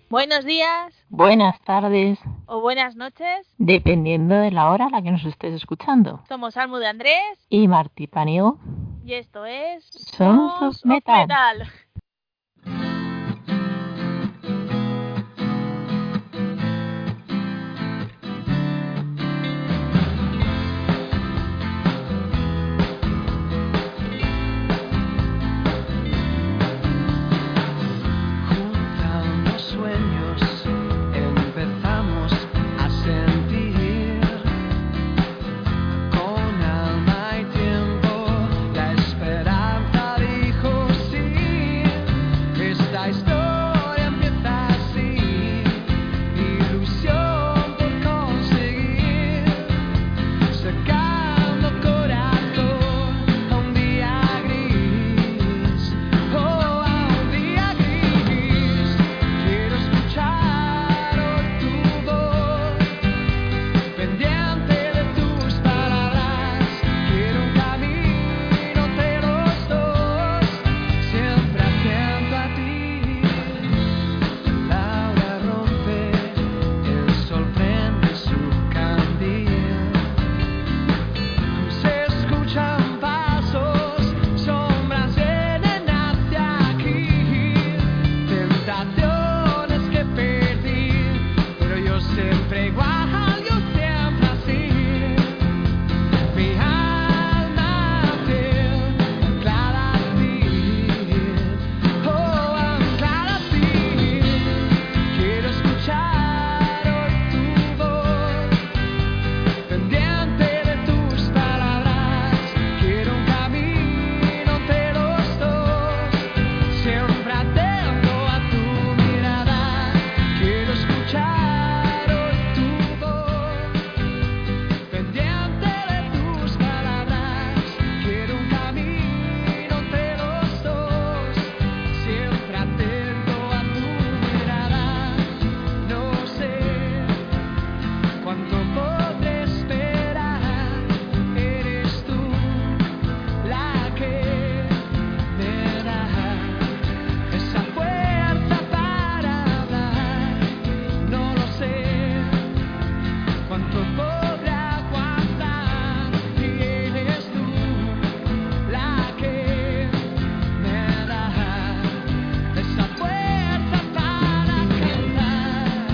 Buenos días Buenas tardes, o buenas noches. dependiendo de la hora a la que nos estés escuchando. Somos Almu de Andrés Y Martí Paniego, y esto es Sons of Sons of Metal. Metal. Juntando sueños empezamos a sentir con alma y tiempo la esperanza dijo sí. Esta historia empieza así, ilusión por conseguir, sacando corazón a un día gris, oh, a un día gris. Quiero escuchar hoy tu voz, pendiente de tus palabras. Quiero un camino entre los dos, siempre atento a ti. La hora rompe, el sol prende su candil. Se escuchan pasos, sombras vienen hacia aquí, tentaciones que perdí, pero yo siempre igual, yo siempre así. Mi alma te anclada a ti, oh, anclada a ti. Quiero escuchar hoy tu voz, pendiente de tus palabras. Quiero un camino entre los dos, siempre atento a tu mirada. Quiero escuchar hoy tu voz, pendiente de tus palabras. Quiero un camino entre los dos, siempre atento a tu mirada. No sé cuánto podré esperar, eres tú la que me da esa fuerza para hablar. No lo sé cuánto podré aguantar, y eres tú la que me da esa fuerza para cantar.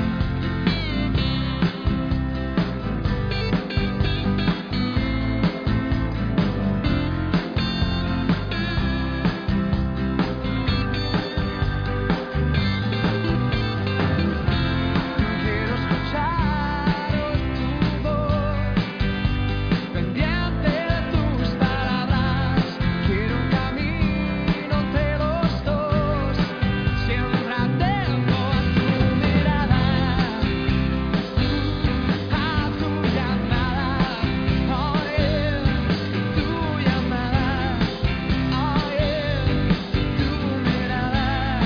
Quiero escuchar hoy tu voz, pendiente de tus palabras. Quiero un camino entre los dos, siempre atento a tu mirada, a tu llamada. Oh, tu llamada, oh, tu mirada.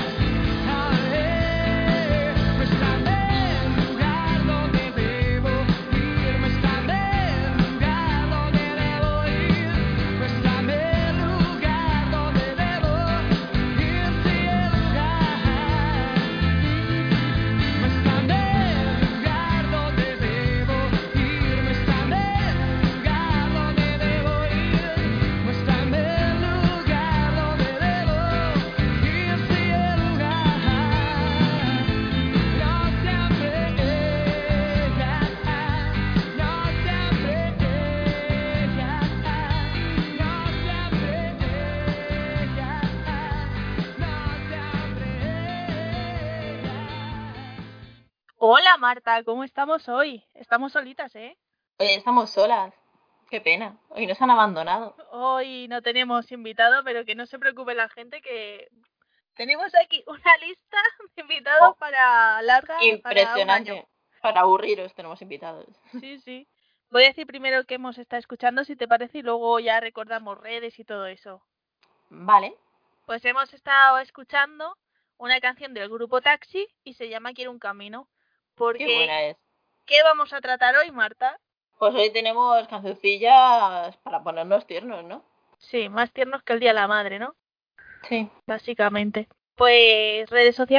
Muéstrame el lugar donde debo ir, muéstrame el lugar donde debo ir, muéstrame el lugar donde debo ir, sí, el lugar. Muéstrame el lugar donde debo ir, muéstrame el lugar donde debo ir, muéstrame el lugar donde debo ir, sí, el lugar. No siempre ella, no siempre ella, no siempre ella, no siempre ella. Hola Marta, ¿cómo estamos hoy? Estamos solitas, ¿eh? Oye, estamos solas. Qué pena. Hoy nos han abandonado. Hoy no tenemos invitado, pero que no se preocupe la gente que tenemos aquí una lista de invitados Oh, para larga para un año. impresionante. Para aburriros tenemos invitados. Sí, sí. Voy a decir primero qué hemos estado escuchando, si te parece, y luego ya recordamos redes y todo eso. Vale. Pues hemos estado escuchando una canción del grupo Taxi y se llama Quiero un camino. Qué Porque, buena es. ¿qué vamos a tratar hoy, Marta? Pues hoy tenemos cancioncillas para ponernos tiernos, ¿no? Sí, más tiernos que el Día de la Madre, ¿no? Sí. Básicamente. Pues, ¿redes sociales?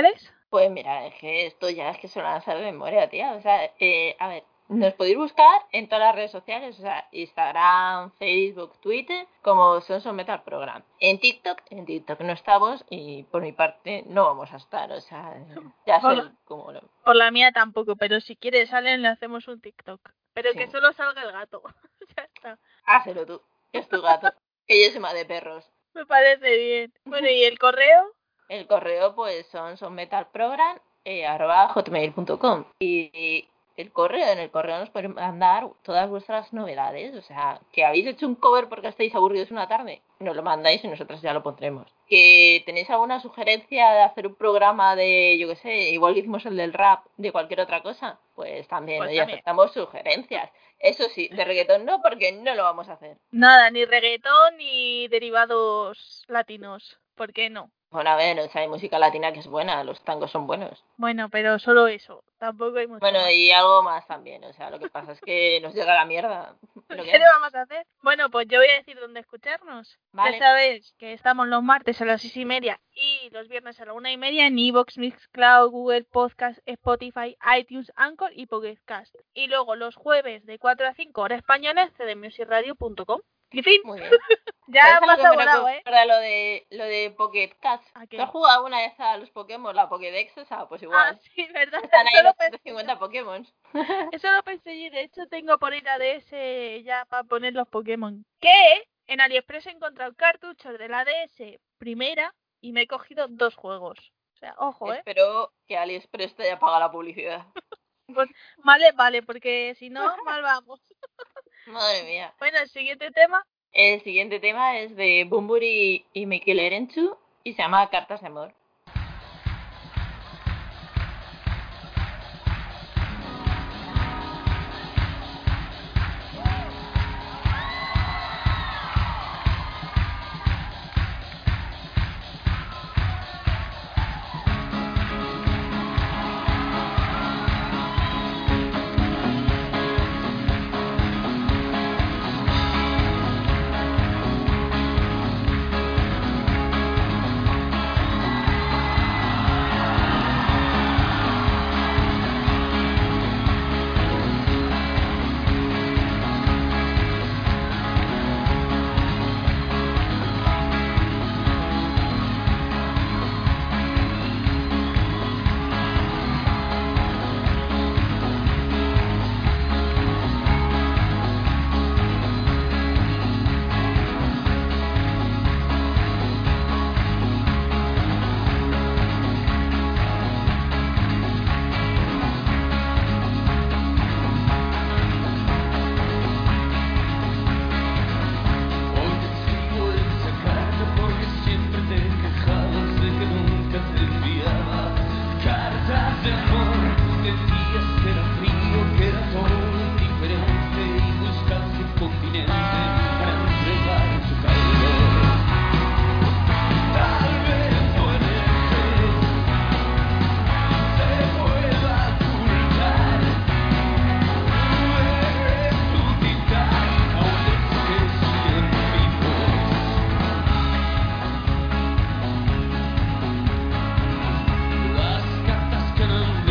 Pues mira, es que esto ya es que se lo van a saber de memoria, tía. O sea, a ver, nos podéis buscar en todas las redes sociales, o sea, Instagram, Facebook, Twitter, como Sonson Metal Program. En TikTok no estamos y por mi parte no vamos a estar, o sea, ya sé Hola. cómo lo... Por la mía tampoco, pero si quieres salen le hacemos un TikTok. Pero que Sí. solo salga el gato. Ya está. Hácelo tú, que es tu gato, que yo soy más de perros. Me parece bien. Bueno, ¿y el correo? El correo pues son sonmetalprogram@hotmail.com y en el correo nos pueden mandar todas vuestras novedades, o sea, que habéis hecho un cover porque estáis aburridos una tarde, nos lo mandáis y nosotros ya lo pondremos. Que tenéis alguna sugerencia de hacer un programa de, yo qué sé, igual que hicimos el del rap, de cualquier otra cosa, pues también, Pues oye, también. aceptamos sugerencias. Eso sí, de reggaetón no, porque no lo vamos a hacer. Nada, ni reggaetón ni derivados latinos. ¿Por qué no? Bueno, a ver, o sea, hay música latina que es buena, los tangos son buenos. Bueno, pero solo eso. Tampoco hay mucho Bueno, más. y algo más también, o sea, lo que pasa es que nos llega la mierda. ¿Pero ¿Qué qué? le vamos a hacer? Bueno, pues yo voy a decir dónde escucharnos. Vale. Ya sabéis que estamos los martes a las 6:30 y los viernes a la 1:30 en iVoox, Mixcloud, Google Podcast, Spotify, iTunes, Anchor y Pocket Cast. Y luego los jueves de 4 a 5 hora española en cdmusicradio.com. En fin, Muy bien. ya ¿Sabes a lo más que me abonado, ¿eh? recuerda lo de Pocket Cats? ¿A qué? ¿Tú has jugado alguna vez a los Pokémon, la Pokédex esa? Pues Ah, igual. sí, ¿verdad? Están ahí Eso lo los pensé 150 Pokémon. Eso lo pensé y de hecho tengo por ir a DS ya para poner los Pokémon. Que en AliExpress he encontrado cartuchos de la DS primera y me he cogido 2 juegos. O sea, ojo, Espero que AliExpress te haya pagado la publicidad. Pues vale, porque si no, mal vamos. Madre mía. Bueno, el siguiente tema. El siguiente tema es de Bunbury y Mikel Erenchu y se llama Cartas de Amor. Las cartas que no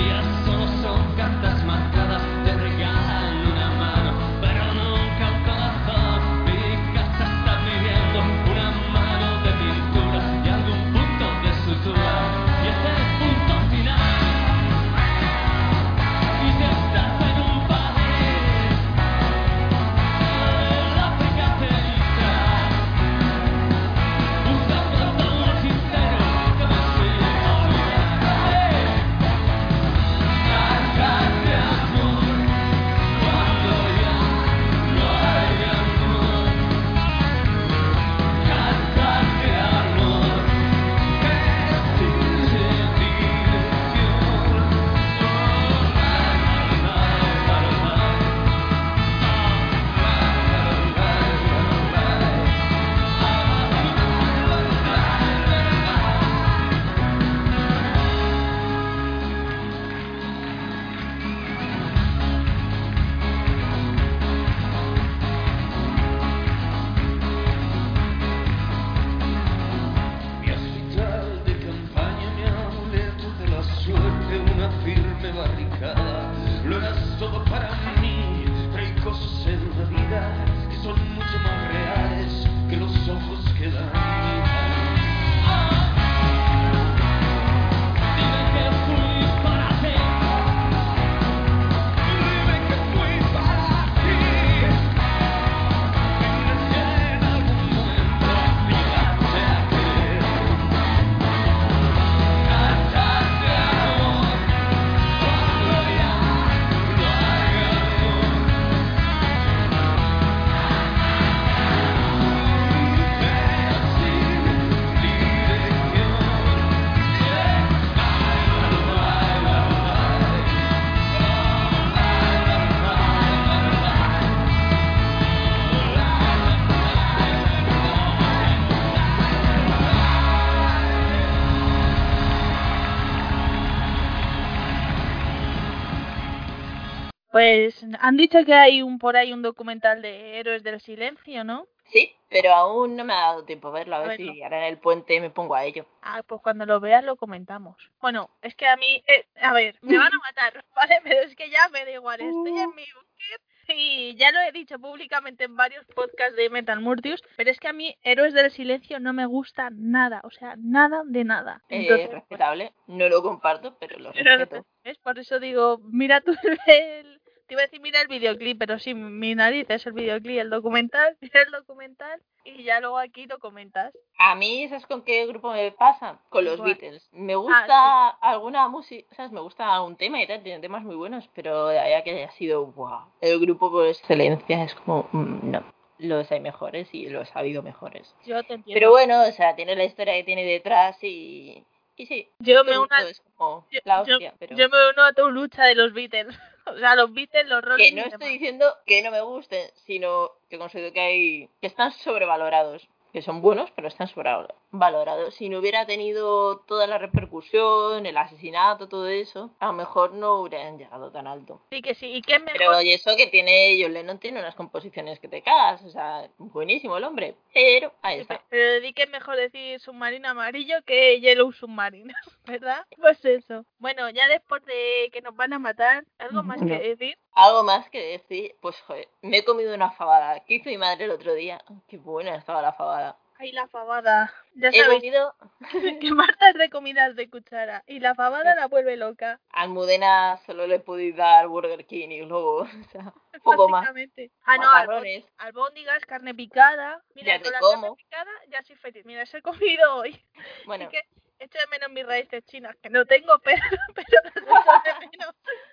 una firme barricada. Lo eras todo para mí, pero hay cosas en la vida que son mucho más reales que los ojos que dan vida. Dime que fui para ti. Dime que fui para ti. En algún momento me llegaste a querer. Cartas de amor, cuando ya no hay amor. Pero sin dirección. Pues han dicho que hay por ahí un documental de Héroes del Silencio, ¿no? Sí, pero aún no me ha dado tiempo a verlo. A A ver verlo. si ahora en el puente me pongo a ello. Ah, pues cuando lo veas lo comentamos. Bueno, es que a mí, a ver, me van a matar, ¿vale? Pero es que ya me da igual, estoy en mi búnker y ya lo he dicho públicamente en varios podcasts de Metal Murtius, pero es que a mí Héroes del Silencio no me gusta nada, o sea, nada de nada. Entonces, pues, Respetable. No lo comparto, pero lo pero respeto. es por eso digo, mira tú el... Te iba a decir, mira el videoclip, pero sí, mi nariz es el videoclip, el documental, mira el documental y ya luego aquí lo comentas. A mí, ¿sabes con qué grupo me pasa? Con los Igual. Beatles. Me gusta alguna música, ¿sabes? Me gusta un tema y tal, tienen temas muy buenos, pero de ahí a que haya sido, wow, el grupo por excelencia es como, no. Los hay mejores y los ha habido mejores. Yo te entiendo. Pero bueno, o sea, tiene la historia que tiene detrás y sí, Yo todo me uno, es como yo, la yo- hostia, pero... yo me uno a tu lucha de los Beatles. O sea, los Beatles, los Rolling Que y no demás. estoy diciendo que no me gusten, sino que considero que están sobrevalorados. Que son buenos, pero están sobrevalorados. Si no hubiera tenido toda la repercusión, el asesinato, todo eso, a lo mejor no hubieran llegado tan alto. Sí que sí, y qué mejor. Pero y eso que tiene John Lennon tiene unas composiciones que te cagas, o sea, buenísimo el hombre, pero ahí está. Pero di que es mejor decir submarino amarillo que Yellow Submarine, ¿verdad? Pues eso. Bueno, ya después de que nos van a matar, ¿algo más que No. decir? Algo más que decir, pues joder, me he comido una fabada que hizo mi madre el otro día. Qué buena estaba la fabada. Ay, la fabada. Ya He sabéis venido que Marta es de comidas de cuchara y la fabada la vuelve loca. a Almudena, solo le pude dar Burger King y luego, o sea, poco más. Básicamente. Ah, no, Macarrones, albóndigas, carne picada. Mira, ya con te la como. carne picada ya soy feliz. Mira, eso he comido hoy. Bueno, Es que echo de menos mis raíces chinas, que no tengo, pero las echo de menos.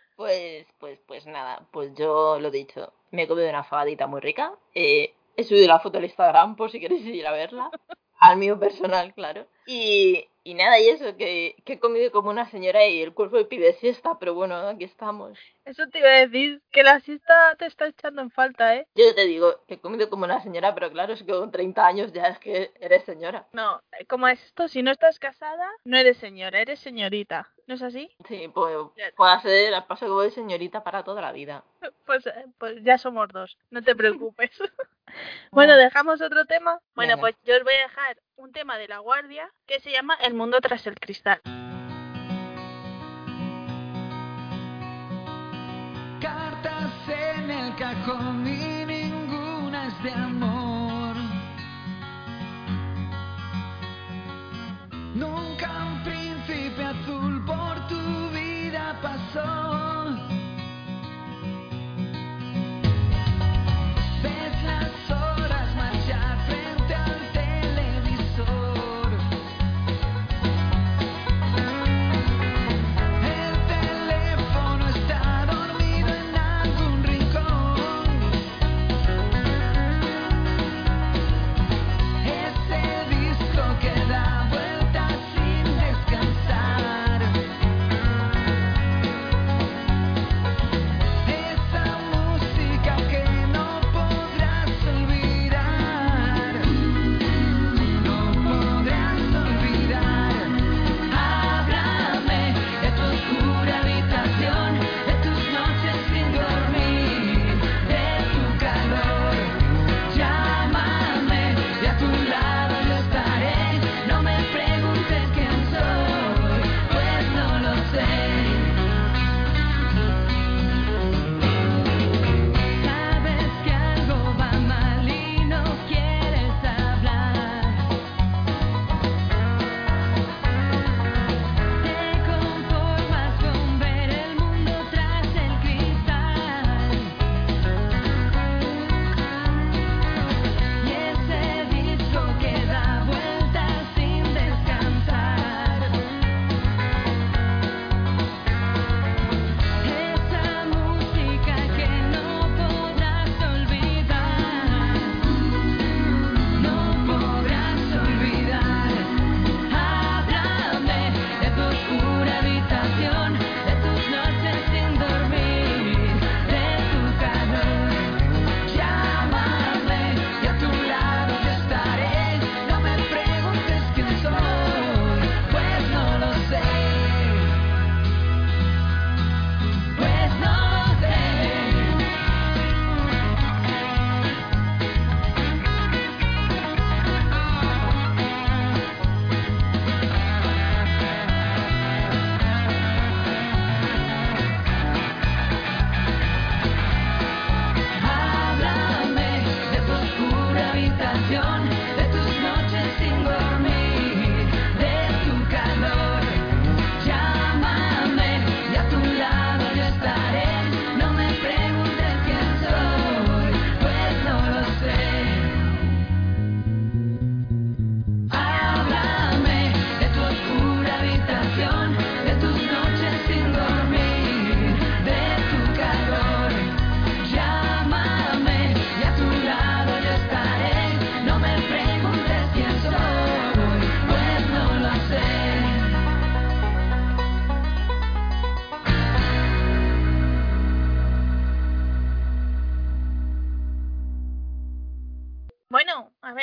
pues nada, pues yo lo dicho, me he comido una fabadita muy rica. He subido la foto al Instagram por si queréis ir a verla. Al mío personal, claro. Y nada, y eso, que he comido como una señora y el cuerpo me pide siesta, pero bueno, aquí estamos. Eso te iba a decir, que la siesta te está echando en falta, ¿eh? Yo te digo que he comido como una señora, pero claro, es que con 30 años ya es que eres señora. No, como es esto, si no estás casada, no eres señora, eres señorita. ¿No es así? Sí, pues puedo ser al paso que voy señorita para toda la vida. Pues ya somos dos, no te preocupes. Bueno, ¿dejamos otro tema? Bueno, Venga. pues yo os voy a dejar un tema de La Guardia que se llama El mundo tras el cristal. Cartas en el cajón y ninguna es de amor. Nunca un príncipe azul por tu vida pasó. Ves las horas marchar frente al televisor. El teléfono está dormido en algún rincón.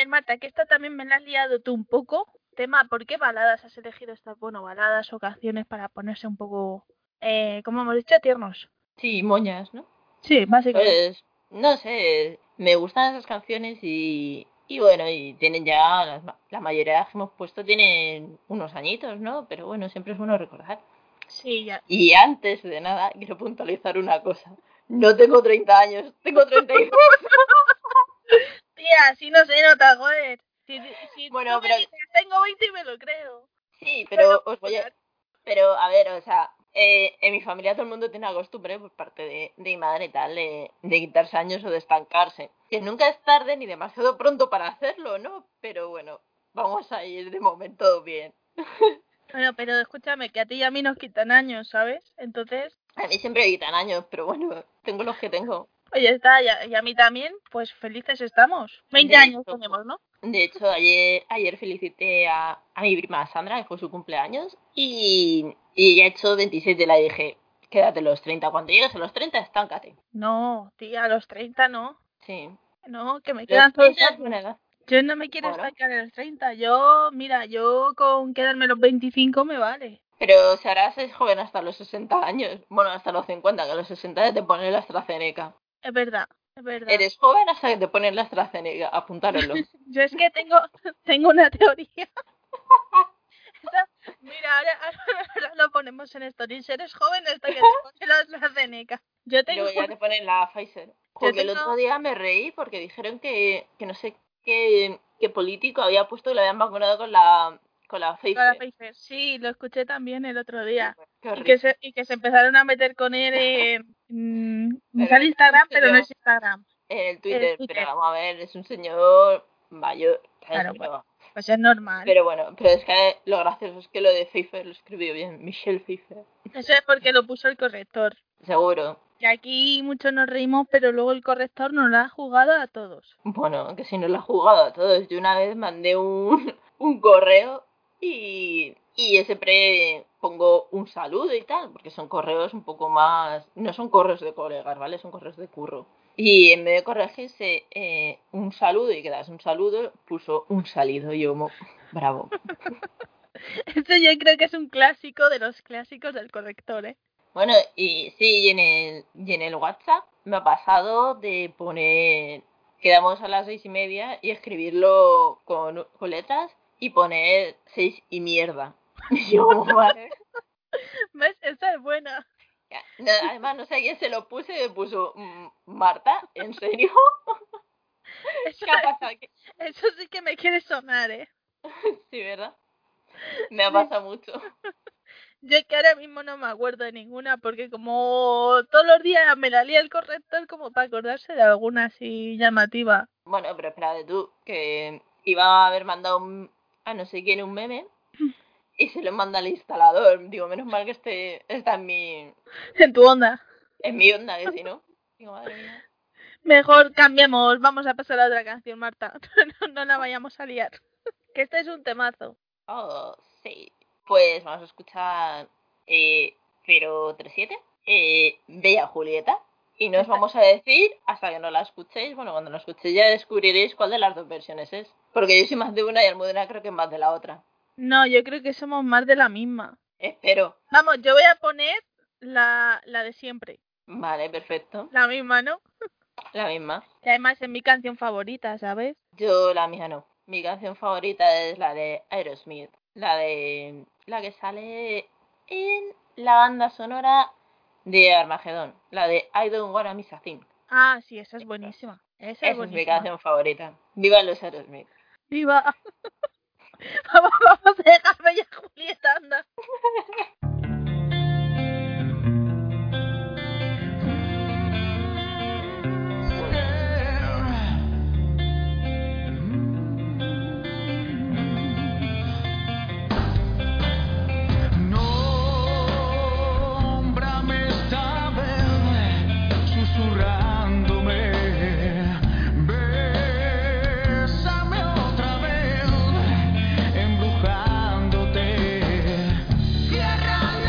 ver, Marta, que esta también me la has liado tú un poco. Tema, ¿por qué baladas has elegido estas, baladas o canciones para ponerse un poco, como hemos dicho, tiernos? Sí, moñas, ¿no? Sí, básicamente. Pues, no sé, me gustan esas canciones y bueno, y tienen ya, la mayoría de las que hemos puesto tienen unos añitos, ¿no? Pero bueno, siempre es bueno recordar. Sí, ya. Y antes de nada, quiero puntualizar una cosa. No tengo 30 años, tengo 32. Tía, si no se nota, joder. Si Bueno, tú me pero dices, tengo 20 y me lo creo. sí, Pero, pero os voy a... Pero, a ver, o sea, en mi familia todo el mundo tiene la costumbre, por parte de mi madre y tal, de quitarse años o de estancarse. Que nunca es tarde ni demasiado pronto para hacerlo, ¿no? Pero bueno, vamos a ir de momento bien. Bueno, pero escúchame, que a ti y a mí nos quitan años, ¿sabes? Entonces, A mí siempre me quitan años, pero bueno, tengo los que tengo. oye, está, y a mí también, pues felices estamos. 20 De años hecho, tenemos, ¿no? de hecho ayer felicité a mi prima Sandra, que fue su cumpleaños, y ella ha hecho 27, le dije, quédate los 30, cuando llegues a los 30, estáncate. No, tía, a los 30 no. Sí, No, que me los quedan todos 30 es buena años. edad. Yo no me quiero Bueno, estancar en los 30. Yo, mira, yo con quedarme los 25 me vale. pero si ahora es joven hasta los 60 años, bueno, hasta los 50, que a los 60 ya te ponen la AstraZeneca. Es verdad, es verdad. Eres joven hasta que te ponen la AstraZeneca, apuntároslo. Yo es que tengo una teoría. Mira, ahora lo ponemos en stories. Eres joven hasta que te pones la AstraZeneca. Yo Y tengo, luego ya te ponen la Pfizer. yo Porque el otro tengo, día me reí porque dijeron que no sé qué político había puesto que le habían vacunado con la para Pfizer. Pfizer. Sí, lo escuché también el otro día. Qué Y que horrible. se empezaron a meter con él me Pero sale es un Instagram, pero no señor es Instagram. en el El Twitter, pero Twitter. vamos a ver, es un señor mayor, ¿sabes? Claro, pues es normal. Pero bueno, pero es que lo gracioso es que lo de Pfeiffer lo escribió bien, Michelle Pfeiffer. Eso es porque lo puso el corrector. Seguro. Y aquí muchos nos reímos, pero luego el corrector nos la ha jugado a todos. Bueno, que si no lo ha jugado a todos. Yo una vez mandé un correo y siempre pongo un saludo y tal, porque son correos un poco más... No son correos de colegas, ¿vale? Son correos de curro. Y en vez de corregirse un saludo y quedas un saludo, puso un salido. Y yo como, bravo. Esto yo creo que es un clásico de los clásicos del corrector, ¿eh? Bueno, y sí, y en el WhatsApp me ha pasado de poner... Quedamos a las 6:30 y escribirlo con letras y poner 6 y mierda. Y yo como, vale. ¿Ves? Esta es buena. No, además, no sé a quién se lo puse y me puso, Marta, ¿en serio? Eso, ¿Qué ha pasado aquí? eso sí que me quiere sonar, ¿eh? Sí, ¿verdad? Me ha pasado mucho. Yo es que ahora mismo no me acuerdo de ninguna, porque como todos los días me la lía el corrector como para acordarse de alguna así llamativa. Bueno, pero espérate tú, que iba a haber mandado a no sé quién un meme y se lo manda al instalador. Digo, menos mal que está En tu onda. en mi onda, que si no. Digo, madre mía. Mejor cambiemos, vamos a pasar a otra canción, Marta. No la vayamos a liar. Que este es un temazo. Oh, sí. Pues vamos a escuchar 037, Bella Julieta. Y no os vamos a decir hasta que no la escuchéis. Bueno, cuando la escuchéis ya descubriréis cuál de las dos versiones es. Porque yo soy más de una y Almudena creo que es más de la otra. No, yo creo que somos más de la misma. Espero. Vamos, yo voy a poner la de siempre. Vale, perfecto. La misma, ¿no? La misma. Que además es mi canción favorita, ¿sabes? Yo la mía no. Mi canción favorita es la de Aerosmith. La que sale en la banda sonora de Armagedón. La de I Don't Wanna Miss a Thing. Ah, sí, esa es buenísima. Esa es Esa es mi buenísima. canción favorita. Viva los Aerosmith. ¡Viva! vamos a dejar Bella Julieta, anda. Nómbrame esta vez, susurrándome. Bésame otra vez, embrujándote. Cierra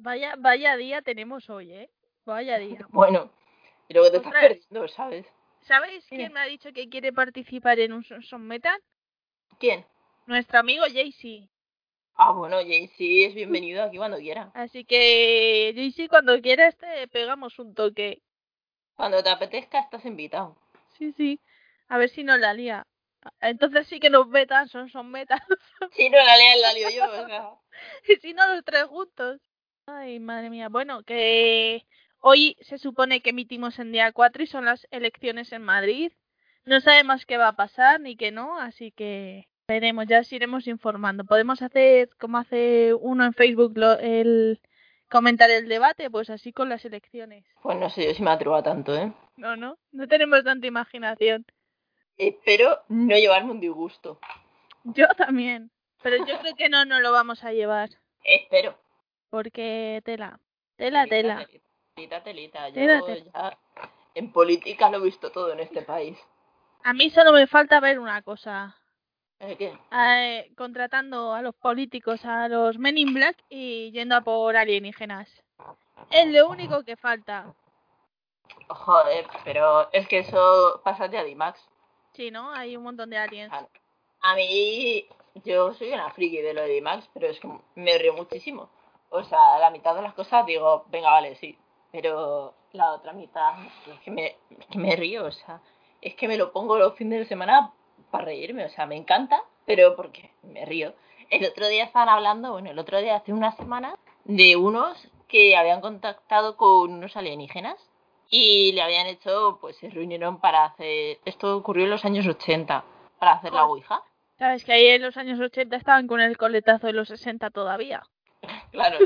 Vaya día tenemos hoy, ¿eh? Vaya día. Bueno, y luego te estás Otra- perdiendo, ¿sabes? ¿Sabéis Dime. quién me ha dicho que quiere participar en un Son Metal? ¿Quién? Nuestro amigo Jaycee. Ah, bueno, Jay-Z es bienvenido aquí cuando quiera. Así que, Jaycee, cuando quieras te pegamos un toque. Cuando te apetezca estás invitado. Sí. A ver si nos la lía. Entonces sí que nos vetan, son metas. Si no la lío yo, o sea. Y si no, los tres juntos. Ay, madre mía. Bueno, que hoy se supone que emitimos en día 4 y son las elecciones en Madrid. No sabemos qué va a pasar ni qué no, así que veremos, ya os iremos informando. Podemos hacer como hace uno en Facebook el comentar el debate, pues así con las elecciones. Pues no sé yo si me atrevo a tanto, ¿eh? No tenemos tanta imaginación. Espero no llevarme un disgusto. Yo también, pero yo creo que no nos lo vamos a llevar, Espero. porque tela. Telita. Yo Tela. ya en política lo he visto todo en este país. A mí solo me falta ver una cosa. ¿Qué? Contratando a los políticos, a los Men in Black y yendo a por alienígenas. Es lo único que falta. Joder, pero es que eso pasa de Adimax. Sí, ¿no? Hay un montón de aliens. A mí, yo soy una friki de lo de Adimax, pero es que me río muchísimo. O sea, la mitad de las cosas digo, venga, vale, sí. Pero la otra mitad es que me río, o sea, es que me lo pongo los fines de semana para reírme, o sea, me encanta, pero porque me río. El otro día estaban hablando, el otro día hace una semana, de unos que habían contactado con unos alienígenas y le habían hecho, pues se reunieron para hacer, esto ocurrió en los años 80, para hacer la Ouija. Sabes que ahí en los años 80 estaban con el coletazo de los 60 todavía. Claro,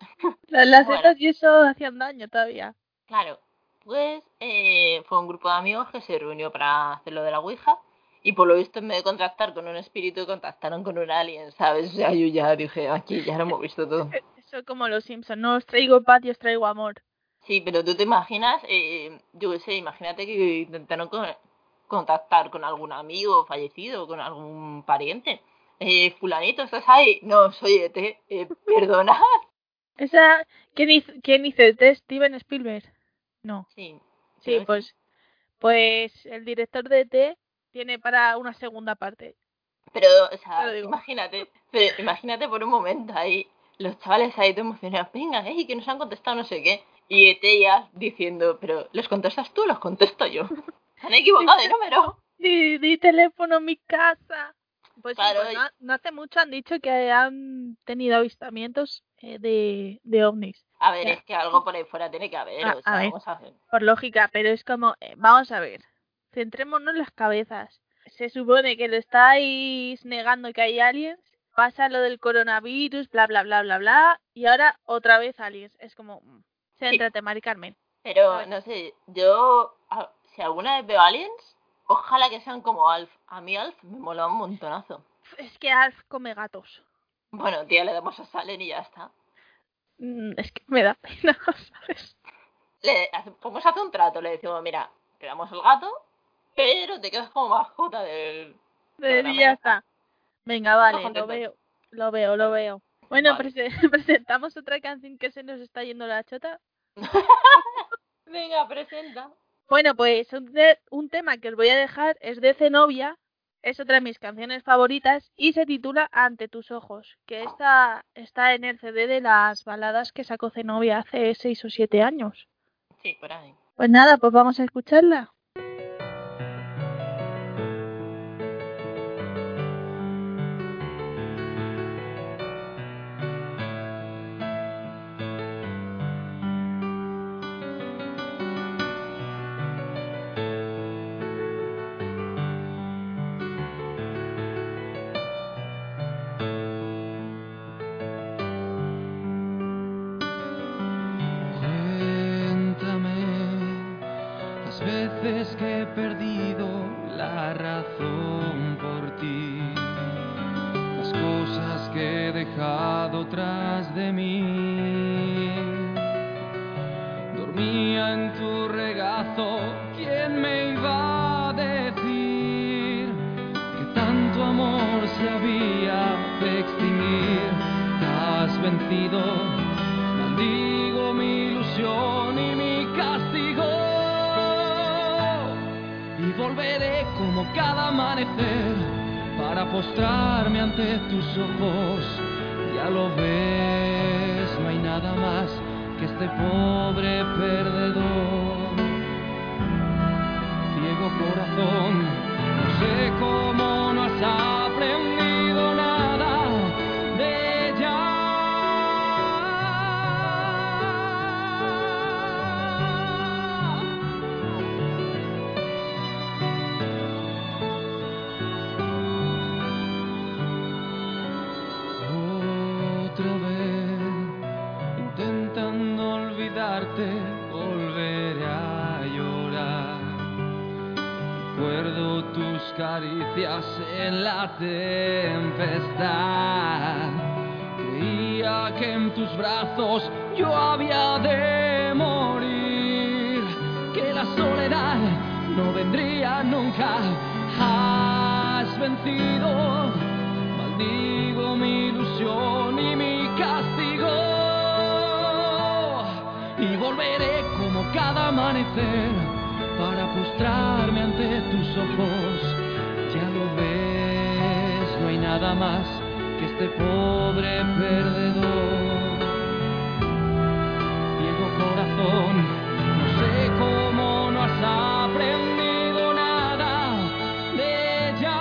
Las bueno. setas y eso hacían daño todavía. Claro, pues fue un grupo de amigos que se reunió para hacer lo de la Ouija y por lo visto en vez de contactar con un espíritu contactaron con un alien, ¿sabes? O sea, yo ya dije, aquí ya lo hemos visto todo. Eso como los Simpsons, no os traigo paz y os traigo amor. Sí, pero tú te imaginas, yo qué sé, imagínate que intentaron contactar con algún amigo fallecido, con algún pariente. Fulanito, ¿estás ahí? No, soy ET, perdona. ¿Quién hizo el test? ¿Steven Spielberg? No. Sí, Sí, pues el director de ET tiene para una segunda parte. Pero, o sea, imagínate por un momento ahí, los chavales ahí te emocionados, venga, que nos han contestado no sé qué. Y ET ya diciendo, pero ¿los contestas tú o los contesto yo? Se han equivocado de número. Di teléfono en mi casa. Pues claro, sí, pues no hace mucho han dicho que han tenido avistamientos de ovnis. A ver, es que algo por ahí fuera tiene que haber, o sea, vamos a ver. Por lógica, pero es como, vamos a ver, centrémonos en las cabezas. Se supone que lo estáis negando que hay aliens, pasa lo del coronavirus, bla, bla, bla, bla, bla, y ahora otra vez aliens. Es como, céntrate, Mari Carmen. Pero, no sé, yo, si alguna vez veo aliens, ojalá que sean como Alf. A mí Alf me mola un montonazo. Es que Alf come gatos. Bueno, tía, le damos a Salen y ya está. Es que me da pena, ¿sabes? Vamos a hacer un trato, le decimos, mira, te damos el gato, pero te quedas como mascota del... ya está. Venga, vale, lo veo. Bueno, vale. Presentamos otra canción que se nos está yendo la chota. Venga, presenta. Bueno, pues un tema que os voy a dejar es de Zenobia, es otra de mis canciones favoritas y se titula Ante tus ojos, que está en el CD de las baladas que sacó Zenobia hace 6 o 7 años. Sí, por ahí. Pues nada, pues vamos a escucharla. Veces que he perdido la razón por ti, las cosas que he dejado tras de mí. Dormía en tu regazo, ¿quién me iba a decir que tanto amor se había de extinguir? Te has vencido, Maldigo mi ilusión y mi castigo. Y volveré como cada amanecer para postrarme ante tus ojos. Ya lo ves, no hay nada más que este pobre perdedor. Ciego corazón, no sé cómo no has aprendido nada de ella. Otra vez, intentando olvidarte, volveré a llorar. Recuerdo tus caricias en la tempestad. Creía que en tus brazos yo había de morir, que la soledad no vendría nunca. Has vencido, maldigo mi ilusión y mi castigo. Y volveré como cada amanecer para postrarme ante tus ojos. Ya lo ves, no hay nada más que este pobre perdedor. Ciego corazón, no sé cómo no has aprendido nada de ella.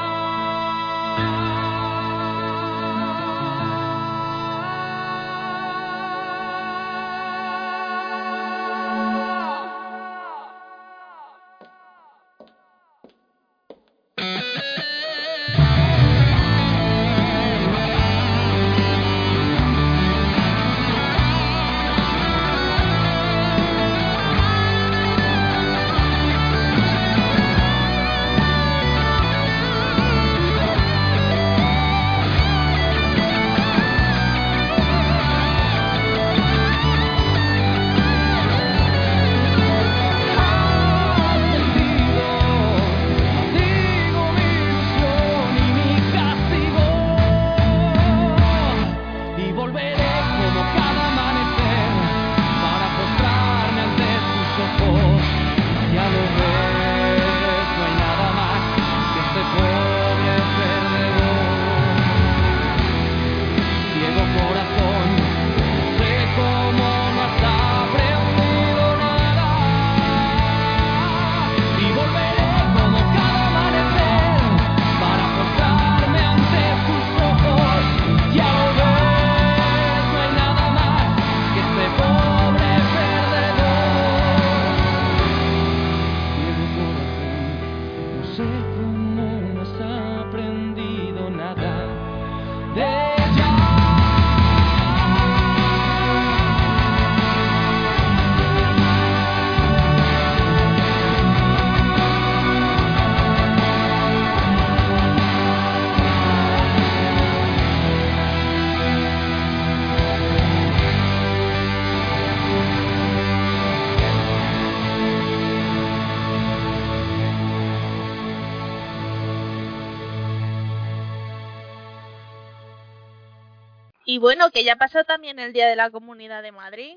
Y bueno, que ya pasó también el Día de la Comunidad de Madrid,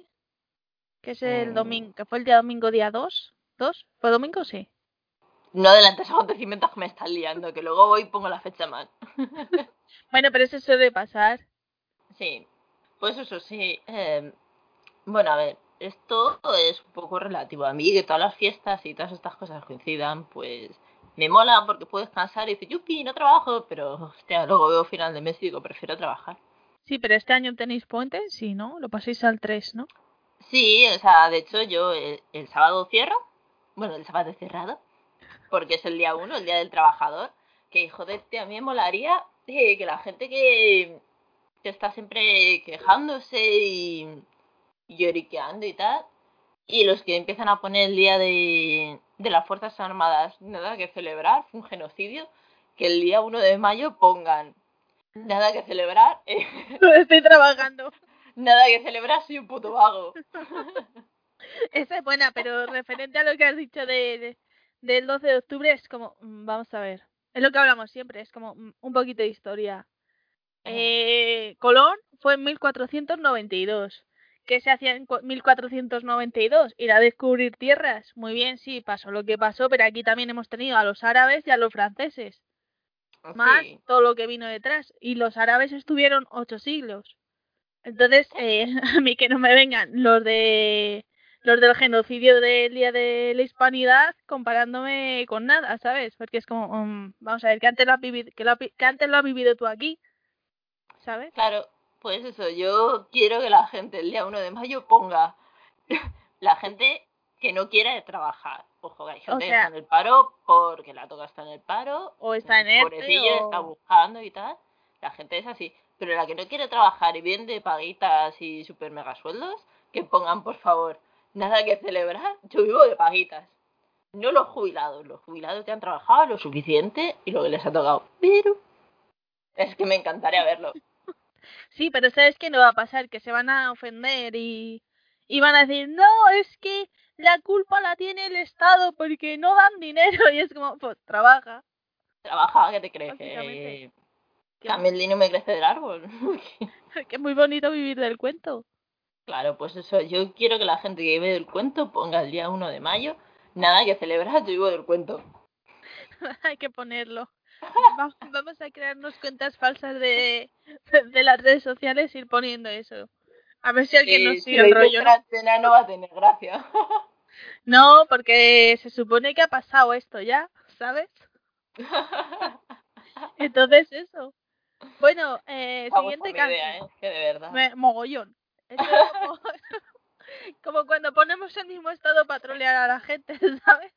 que es el domingo, que fue el día domingo, día 2. ¿2? ¿Fue domingo? Sí. No adelantes acontecimientos que me están liando, que luego voy y pongo la fecha mal. Bueno, pero eso suele pasar. Sí, pues eso sí. Bueno, a ver, esto es un poco relativo a mí, que todas las fiestas y todas estas cosas coincidan, pues me mola porque puedo descansar y decir, yupi, no trabajo, pero hostia, luego veo final de mes y digo, prefiero trabajar. Sí, pero este año tenéis puente, sí, ¿no? Lo paséis al 3, ¿no? Sí, o sea, de hecho yo el sábado cierro, bueno, el sábado he cerrado, porque es el día 1, el día del trabajador, que joder, a mí me molaría que la gente que está siempre quejándose y lloriqueando y tal, y los que empiezan a poner el día de las Fuerzas Armadas, nada que celebrar, fue un genocidio, que el día 1 de mayo pongan nada que celebrar, Estoy trabajando. nada que celebrar, soy un puto vago. Esa es buena, pero referente a lo que has dicho del 12 de octubre, es como, vamos a ver, es lo que hablamos siempre, es como un poquito de historia. Colón fue en 1492. ¿qué se hacía en 1492? Ir a descubrir tierras. Muy bien, sí, pasó lo que pasó, pero aquí también hemos tenido a los árabes y a los franceses. Más Sí, todo lo que vino detrás. Y los árabes estuvieron 8 siglos. Entonces, a mí que no me vengan los del genocidio del Día de la Hispanidad comparándome con nada, ¿sabes? Porque es como, vamos a ver, que antes lo has vivido, que antes lo has vivido tú aquí, ¿sabes? claro, pues eso, yo quiero que la gente el día 1 de mayo ponga la gente que no quiere trabajar. Ojo, que hay O gente que sea, está en el paro porque la toca está en el paro, o está en ERTE pobrecillo está buscando y tal. La gente es así. Pero la que no quiere trabajar y viene de paguitas y super mega sueldos, que pongan, por favor, nada que celebrar, yo vivo de paguitas. No los jubilados que han trabajado lo suficiente y lo que les ha tocado. Pero es que me encantaría verlo. Sí, pero ¿sabes qué no va a pasar? Que se van a ofender y van a decir, no, es que la culpa la tiene el Estado porque no dan dinero. Y es como, pues trabaja, Trabaja, ¿qué te crees? básicamente. Que a mí el dinero me crece del árbol. Que es muy bonito vivir del cuento. Claro, pues eso, yo quiero que la gente que vive del cuento ponga el día 1 de mayo, nada que celebrar, yo vivo del cuento. Hay que ponerlo. Vamos a crearnos cuentas falsas de las redes sociales y ir poniendo eso. A ver si alguien nos Si sigue lo el dices rollo, ¿no? trascena no va a tener gracia. No, porque se supone que ha pasado esto ya, ¿sabes? Entonces eso. Bueno, Vamos por siguiente la idea, canción. que de verdad. Mogollón. Esto es como, como cuando ponemos el mismo estado para trolear a la gente, ¿sabes?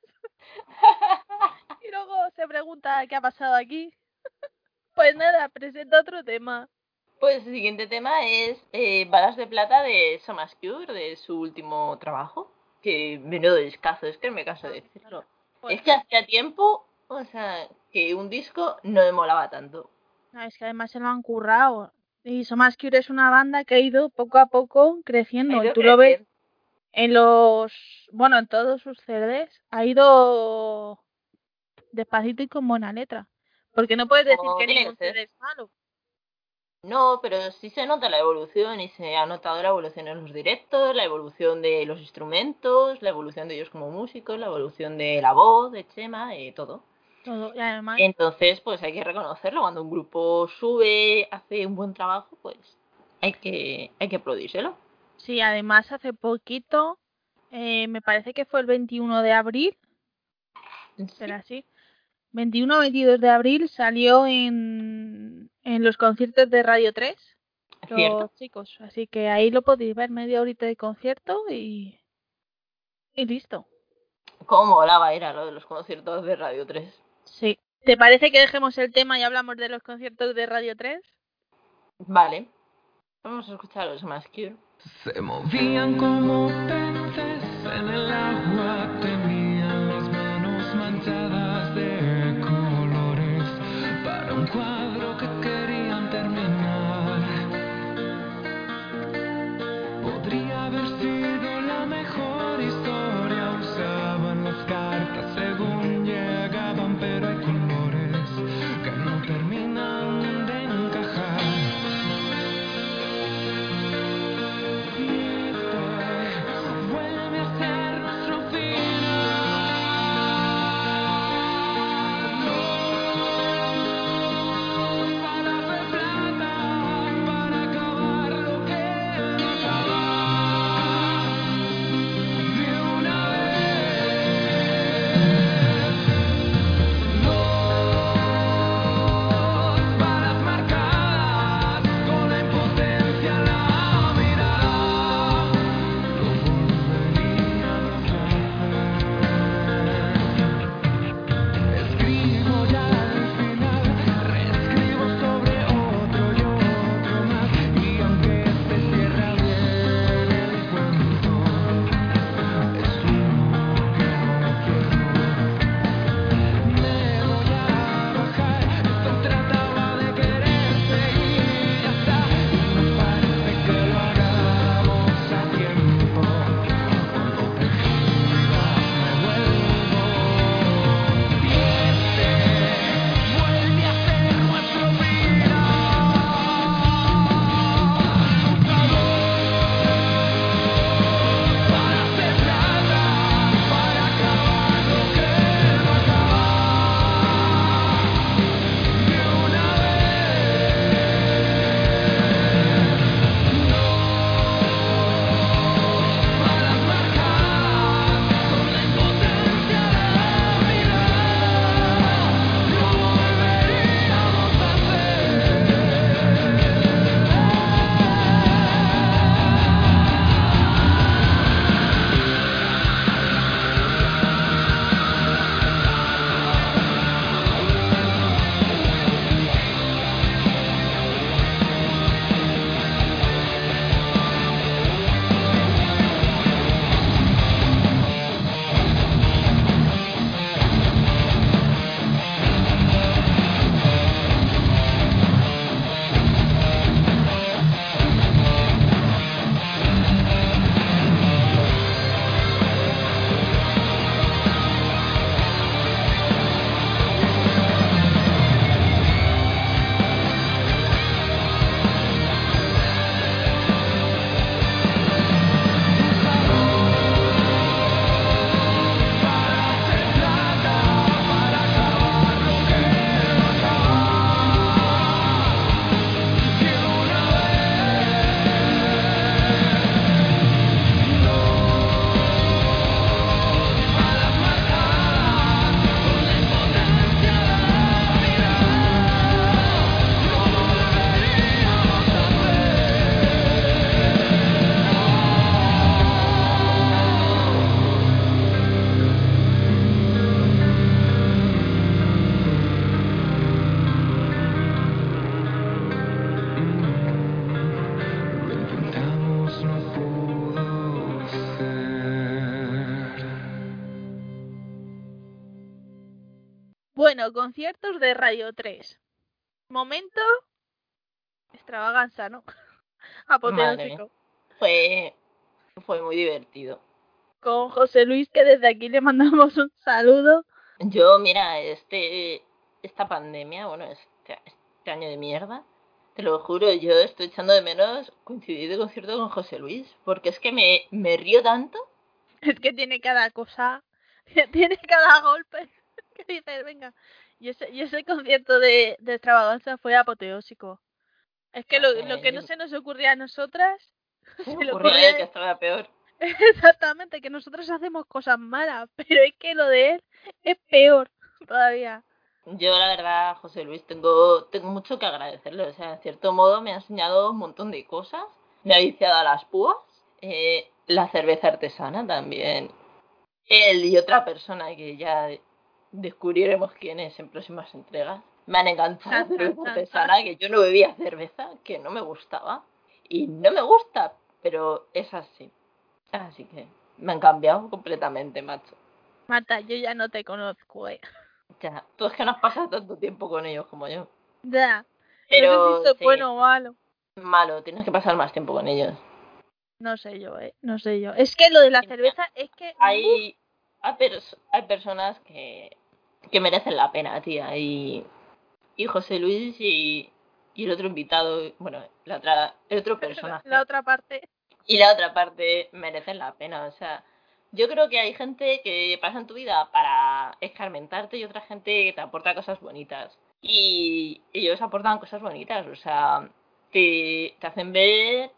Y luego se pregunta qué ha pasado aquí. Pues nada, presenta otro tema. Pues el siguiente tema es Balas de Plata de Thomas Cure, de su último trabajo. Que menudo discazo, es que me canso de decirlo. Pues, Es que hacía tiempo, o sea, que un disco no me molaba tanto. no, es que además se lo han currado. Y Somas Cure es una banda que ha ido poco a poco Ha creciendo. Y ido tú lo ves creciendo. en bueno, en todos sus CDs. Ha ido despacito y con buena letra. Porque no puedes decir Como que tiene que ningún ser. CD es malo. No, pero sí se nota la evolución y se ha notado la evolución en los directos, la evolución de los instrumentos, la evolución de ellos como músicos, la evolución de la voz, de Chema, de todo. Todo. Y además, Entonces, pues hay que reconocerlo. Cuando un grupo sube, hace un buen trabajo, pues hay que aplaudírselo. sí, además hace poquito, me parece que fue el 21 de abril, Sí, será así. 21 o 22 de abril salió en los conciertos de Radio 3, es cierto. los chicos. Así que ahí lo podéis ver, media horita de concierto y listo. Cómo molaba era lo de los conciertos de Radio 3. Sí. ¿Te parece que dejemos el tema y hablamos de los conciertos de Radio 3? Vale, vamos a escuchar a los Mascure. Se movían como peces en el agua, tenían las manos manchadas de colores para un cuadro que querían terminar. Podría haber sido la mejor historia, usaban las cartas según llegaban, pero hay colores que no terminan de encajar. Vuelve a ser nuestro fin. Bueno, conciertos de Radio 3. Momento extravaganza, ¿no? Madre mía. Apoteósico. Fue muy divertido. Con José Luis, que desde aquí le mandamos un saludo. Yo, mira, esta pandemia, bueno, este año de mierda, te lo juro, yo estoy echando de menos coincidir de concierto con José Luis, porque es que me río tanto. Es que tiene cada cosa, tiene cada golpe que dices, venga. Y ese concierto de extravaganza fue apoteósico. Es que lo que no se nos ocurría a nosotras, Se me se le ocurrió a él que ocurría estaba peor. exactamente, que nosotros hacemos cosas malas, pero es que lo de él es peor todavía. Yo, la verdad, José Luis, tengo mucho que agradecerle. O sea, en cierto modo me ha enseñado un montón de cosas. Me ha viciado a las púas. La cerveza artesana también. Él y otra persona que ya descubriremos quién es en próximas entregas. Me han enganchado a la cerveza artesana, que yo no bebía cerveza, que no me gustaba. Y no me gusta, pero es así. Así que me han cambiado completamente, macho. Marta, yo ya no te conozco, Ya, tú es que no has pasado tanto tiempo con ellos como yo. Ya. Pero no sé si esto es sí, bueno o malo. malo, tienes que pasar más tiempo con ellos. No sé yo, no sé yo. Es que lo de la cerveza es que... Hay personas que merecen la pena, tía. Y José Luis y el otro invitado, bueno, el otro personaje. La otra parte. Y la otra parte merecen la pena. O sea, yo creo que hay gente que pasa en tu vida para escarmentarte y otra gente que te aporta cosas bonitas. Y ellos aportan cosas bonitas, o sea, te hacen ver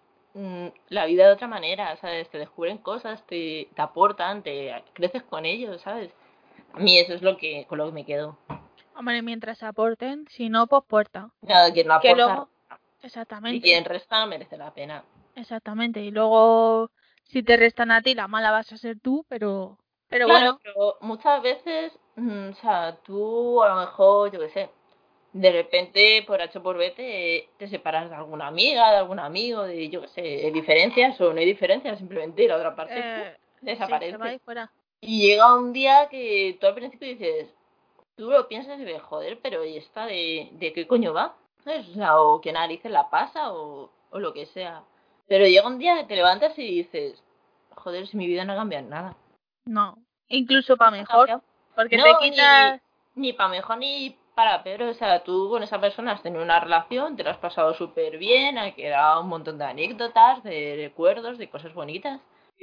la vida de otra manera, ¿sabes? Te descubren cosas, te aportan, te creces con ellos, ¿sabes? A mí eso es con lo que me quedo. Hombre, mientras aporten, si no, pues puerta. Nada, quien no aporta, Que luego... Exactamente. y quien resta no merece la pena. Exactamente. Y luego, si te restan a ti, la mala vas a ser tú, pero Claro, bueno. pero muchas veces, o sea, tú a lo mejor, yo qué sé, de repente, por H o por B, te separas de alguna amiga, de algún amigo, de, yo qué sé, diferencias o no hay diferencias, simplemente la otra parte desaparece. Sí, se va ahí fuera. Y llega un día que tú al principio dices, tú lo piensas y dices, joder, pero ¿y esta de qué coño va? ¿Sabes? O sea, o qué narices la pasa o lo que sea. Pero llega un día que te levantas y dices, joder, si mi vida no cambia en nada. No, incluso para mejor, porque no, te quitas... ni para mejor ni para peor. O sea, tú con esa persona has tenido una relación, te lo has pasado súper bien, ha quedado un montón de anécdotas, de recuerdos, de cosas bonitas.